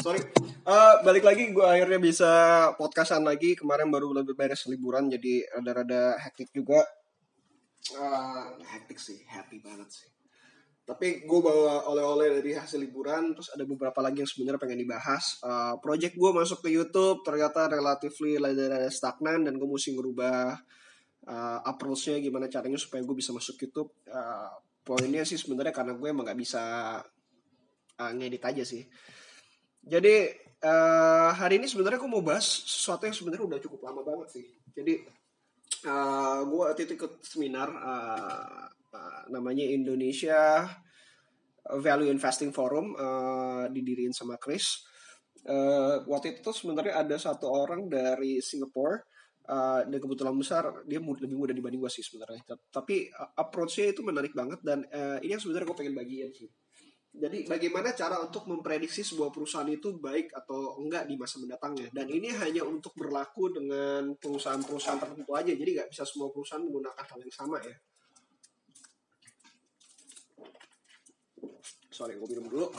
Sorry. Balik lagi, gue akhirnya bisa podcastan lagi. Kemarin baru lebih beres liburan, jadi rada-rada hektik juga. Hektik sih, happy banget sih. Tapi gue bawa oleh-oleh dari hasil liburan. Terus ada beberapa lagi yang sebenarnya pengen dibahas. Project gue masuk ke YouTube ternyata relatively rada stagnan, dan gue mesti ngerubah approach-nya gimana caranya supaya gue bisa masuk YouTube. Poinnya sih sebenarnya karena gue emang gak bisa ngedit aja sih. Jadi hari ini sebenarnya aku mau bahas sesuatu yang sebenarnya udah cukup lama banget sih. Jadi gue waktu itu ikut seminar namanya Indonesia Value Investing Forum, didiriin sama Chris. Waktu itu tuh sebenarnya ada satu orang dari Singapore, dan kebetulan besar dia lebih muda dibanding gue sih sebenarnya. Tapi approach-nya itu menarik banget, dan ini yang sebenarnya gue pengen bagiin sih. Jadi bagaimana cara untuk memprediksi sebuah perusahaan itu baik atau enggak di masa mendatangnya. Dan ini hanya untuk berlaku dengan perusahaan-perusahaan tertentu aja. Jadi nggak bisa semua perusahaan menggunakan hal yang sama ya. Sorry, gue minum dulu.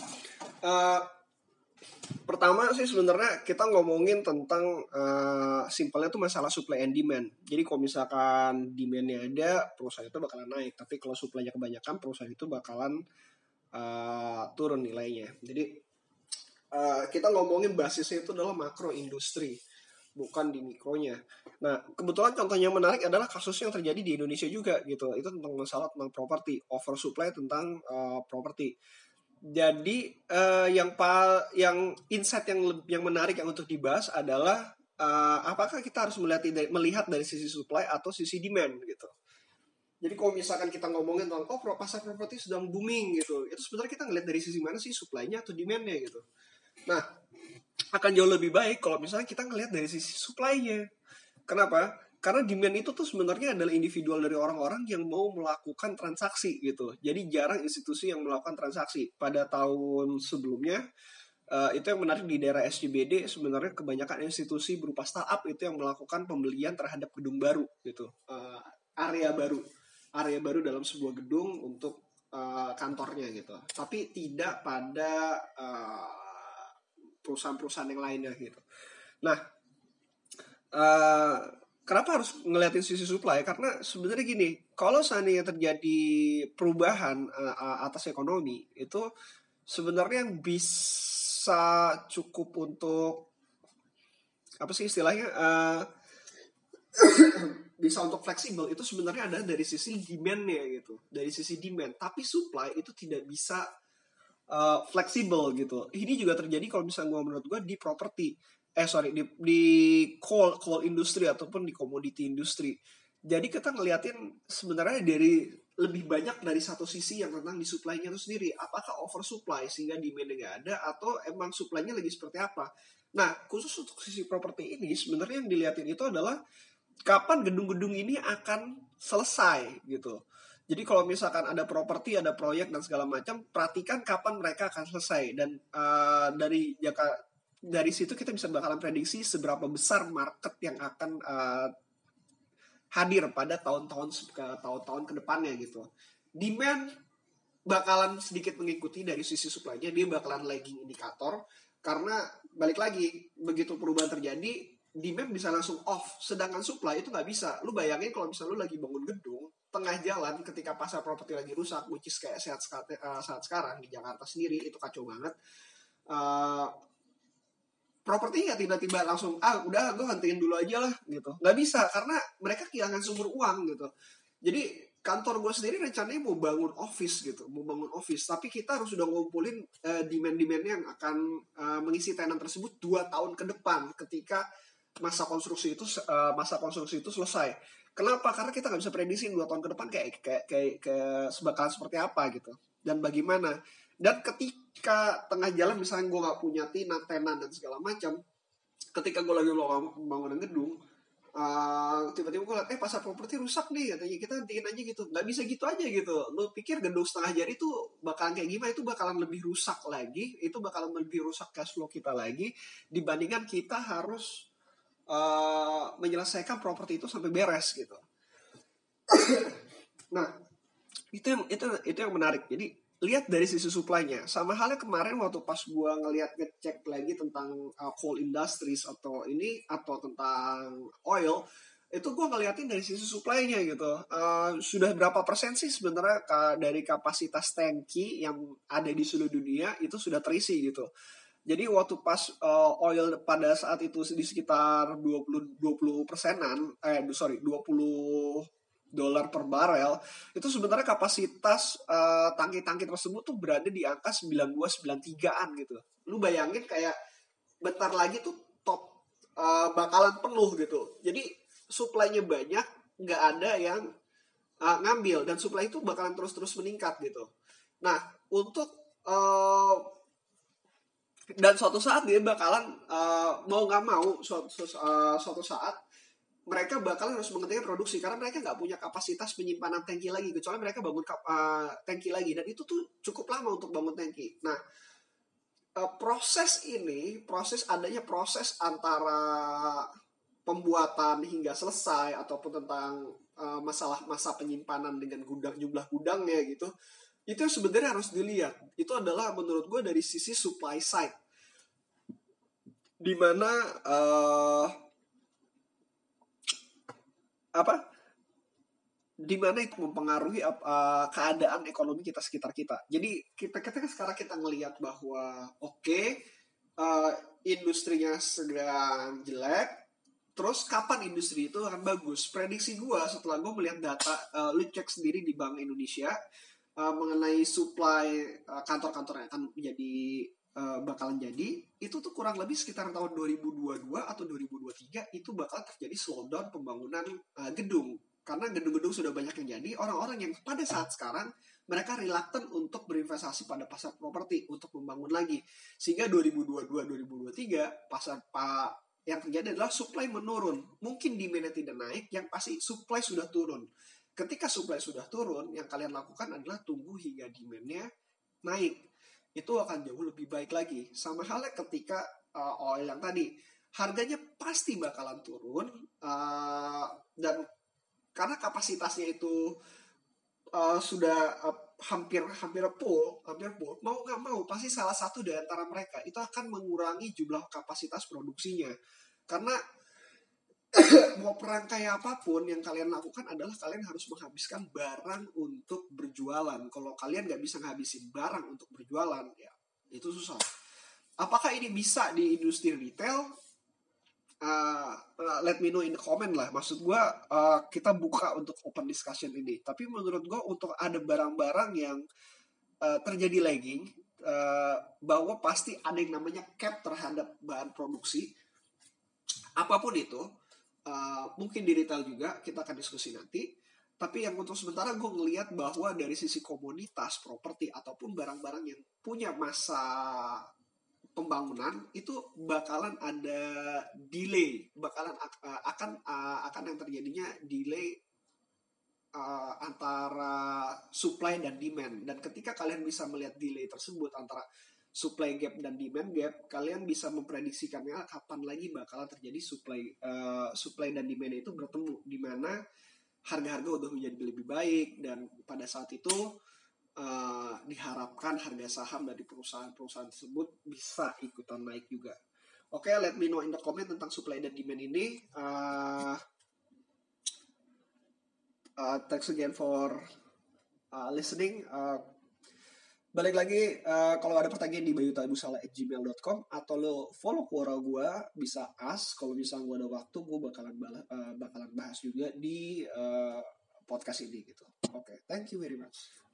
Pertama sih sebenarnya kita ngomongin tentang simpelnya tuh masalah supply and demand. Jadi kalau misalkan demand-nya ada, perusahaan itu bakalan naik. Tapi kalau supply-nya kebanyakan, perusahaan itu bakalan turun nilainya. Jadi kita ngomongin basisnya itu adalah makro industri, bukan di mikronya. Nah, kebetulan contohnya menarik adalah kasus yang terjadi di Indonesia juga gitu. Itu tentang masalah tentang properti, oversupply tentang properti. Jadi yang insight yang menarik yang untuk dibahas adalah apakah kita harus melihat dari sisi supply atau sisi demand gitu. Jadi kalau misalkan kita ngomongin tentang pasar properti sedang booming gitu, itu sebenarnya kita ngeliat dari sisi mana sih, supply-nya atau demand-nya gitu. Nah, akan jauh lebih baik kalau misalnya kita ngeliat dari sisi supply-nya. Kenapa? Karena demand itu tuh sebenarnya adalah individual dari orang-orang yang mau melakukan transaksi gitu. Jadi jarang institusi yang melakukan transaksi. Pada tahun sebelumnya, itu yang menarik di daerah SCBD, sebenarnya kebanyakan institusi berupa startup itu yang melakukan pembelian terhadap gedung baru gitu, area baru dalam sebuah gedung untuk kantornya gitu. Tapi tidak pada perusahaan-perusahaan yang lainnya gitu. Nah, kenapa harus ngeliatin sisi supply? Karena sebenarnya gini, kalau seandainya terjadi perubahan atas ekonomi, itu sebenarnya yang bisa cukup untuk apa sih istilahnya, bisa untuk fleksibel itu sebenarnya ada dari sisi demand-nya gitu, dari sisi demand. Tapi supply itu tidak bisa fleksibel gitu. Ini juga terjadi kalau misalnya menurut gue di properti, di coal industry ataupun di commodity industry. Jadi kita ngeliatin sebenarnya dari lebih banyak dari satu sisi yang tentang di supply-nya itu sendiri. Apakah oversupply sehingga demand-nya nggak ada, atau emang supply-nya lagi seperti apa? Nah, khusus untuk sisi properti ini sebenarnya yang dilihatin itu adalah kapan gedung-gedung ini akan selesai gitu. Jadi kalau misalkan ada properti, ada proyek dan segala macam, perhatikan kapan mereka akan selesai. Dan dari situ kita bisa bakalan prediksi seberapa besar market yang akan hadir pada tahun-tahun ke depannya gitu. Demand bakalan sedikit mengikuti dari sisi supply-nya, dia bakalan lagging indikator. Karena balik lagi, begitu perubahan terjadi, demand bisa langsung off, sedangkan supply itu nggak bisa. Lu bayangin kalau misalnya lu lagi bangun gedung tengah jalan ketika pasar properti lagi rusak, which is kayak saat sekarang di Jakarta sendiri itu kacau banget. Properti nggak tiba-tiba langsung udah gue hentiin dulu aja lah gitu, nggak bisa, karena mereka kehilangan sumber uang gitu. Jadi kantor gue sendiri rencananya mau bangun office, tapi kita harus sudah ngumpulin demand yang akan mengisi tenan tersebut 2 tahun ke depan ketika masa konstruksi itu selesai. Kenapa? Karena kita nggak bisa prediksi 2 tahun ke depan kayak bakalan seperti apa gitu dan bagaimana. Dan ketika tengah jalan misalnya gue nggak punya tenan dan segala macam, ketika gue lagi bangunan gedung, tiba-tiba gue liat pasar properti rusak nih, katanya kita hentiin aja gitu. Nggak bisa gitu aja gitu. Lo pikir gedung setengah jadi itu bakalan kayak gimana? Itu bakalan lebih rusak lagi, itu bakalan lebih rusak cash flow kita lagi dibandingkan kita harus menyelesaikan properti itu sampai beres gitu. Nah, itu yang menarik. Jadi lihat dari sisi supply-nya. Sama halnya kemarin waktu pas gua ngecek lagi tentang coal industries atau tentang oil, itu gua ngeliatin dari sisi supply-nya gitu. Sudah berapa persen sih sebenarnya dari kapasitas tangki yang ada di seluruh dunia itu sudah terisi gitu. Jadi waktu pas oil pada saat itu di sekitar 20 persenan, 20 dolar per barel, itu sebenarnya kapasitas tangki-tangki tersebut tuh berada di angka 92-93an gitu. Lu bayangin kayak bentar lagi tuh top bakalan penuh gitu. Jadi supply-nya banyak, nggak ada yang ngambil, dan supply itu bakalan terus-terus meningkat gitu. Nah, untuk dan suatu saat dia bakalan mau nggak mau suatu saat mereka bakalan harus menghentikan produksi karena mereka nggak punya kapasitas penyimpanan tangki lagi, kecuali mereka bangun tangki lagi, dan itu tuh cukup lama untuk bangun tangki. Nah, proses proses antara pembuatan hingga selesai ataupun tentang masalah masa penyimpanan dengan jumlah gudangnya gitu, itu sebenarnya harus dilihat. Itu adalah menurut gue dari sisi supply side, di mana dimana itu mempengaruhi keadaan ekonomi kita sekitar kita. Jadi ketika sekarang kita ngelihat bahwa industrinya sedang jelek, terus kapan industri itu akan bagus? Prediksi gue setelah gue melihat data, lu cek sendiri di Bank Indonesia mengenai supply kantor-kantor yang akan bakalan jadi, itu tuh kurang lebih sekitar tahun 2022 atau 2023 itu bakal terjadi slowdown pembangunan gedung. Karena gedung-gedung sudah banyak yang jadi, orang-orang yang pada saat sekarang mereka reluctant untuk berinvestasi pada pasar properti untuk membangun lagi. Sehingga 2022-2023 yang terjadi adalah supply menurun. Mungkin demand-nya tidak naik, yang pasti supply sudah turun. Ketika supply sudah turun, yang kalian lakukan adalah tunggu hingga demand-nya naik. Itu akan jauh lebih baik lagi. Sama halnya ketika oil yang tadi, harganya pasti bakalan turun, dan karena kapasitasnya itu sudah hampir full, mau nggak mau pasti salah satu dari antara mereka itu akan mengurangi jumlah kapasitas produksinya. Karena mau perang kayak apapun yang kalian lakukan adalah kalian harus menghabiskan barang untuk berjualan. Kalau kalian nggak bisa ngabisin barang untuk berjualan, ya itu susah. Apakah ini bisa di industri retail? Let me know in the comment lah. Maksud gue kita buka untuk open discussion ini. Tapi menurut gue untuk ada barang-barang yang terjadi lagging, bahwa pasti ada yang namanya cap terhadap bahan produksi apapun itu. Mungkin di retail juga kita akan diskusi nanti. Tapi yang untuk sementara gue ngelihat bahwa dari sisi komoditas properti ataupun barang-barang yang punya masa pembangunan itu bakalan ada delay, akan yang terjadinya delay antara supply dan demand. Dan ketika kalian bisa melihat delay tersebut antara supply gap dan demand gap, kalian bisa memprediksikannya kapan lagi bakalan terjadi supply dan demand itu bertemu, di mana harga-harga udah menjadi lebih baik, dan pada saat itu diharapkan harga saham dari perusahaan-perusahaan tersebut bisa ikutan naik juga. Oke, let me know in the comment tentang supply dan demand ini. Thanks again for listening. Balik lagi, kalau ada pertanyaan di bayutabusala@gmail.com atau lo follow Quora gue, bisa ask. Kalau misalnya gue ada waktu, gue bakalan bahas juga di podcast ini gitu. Oke, thank you very much.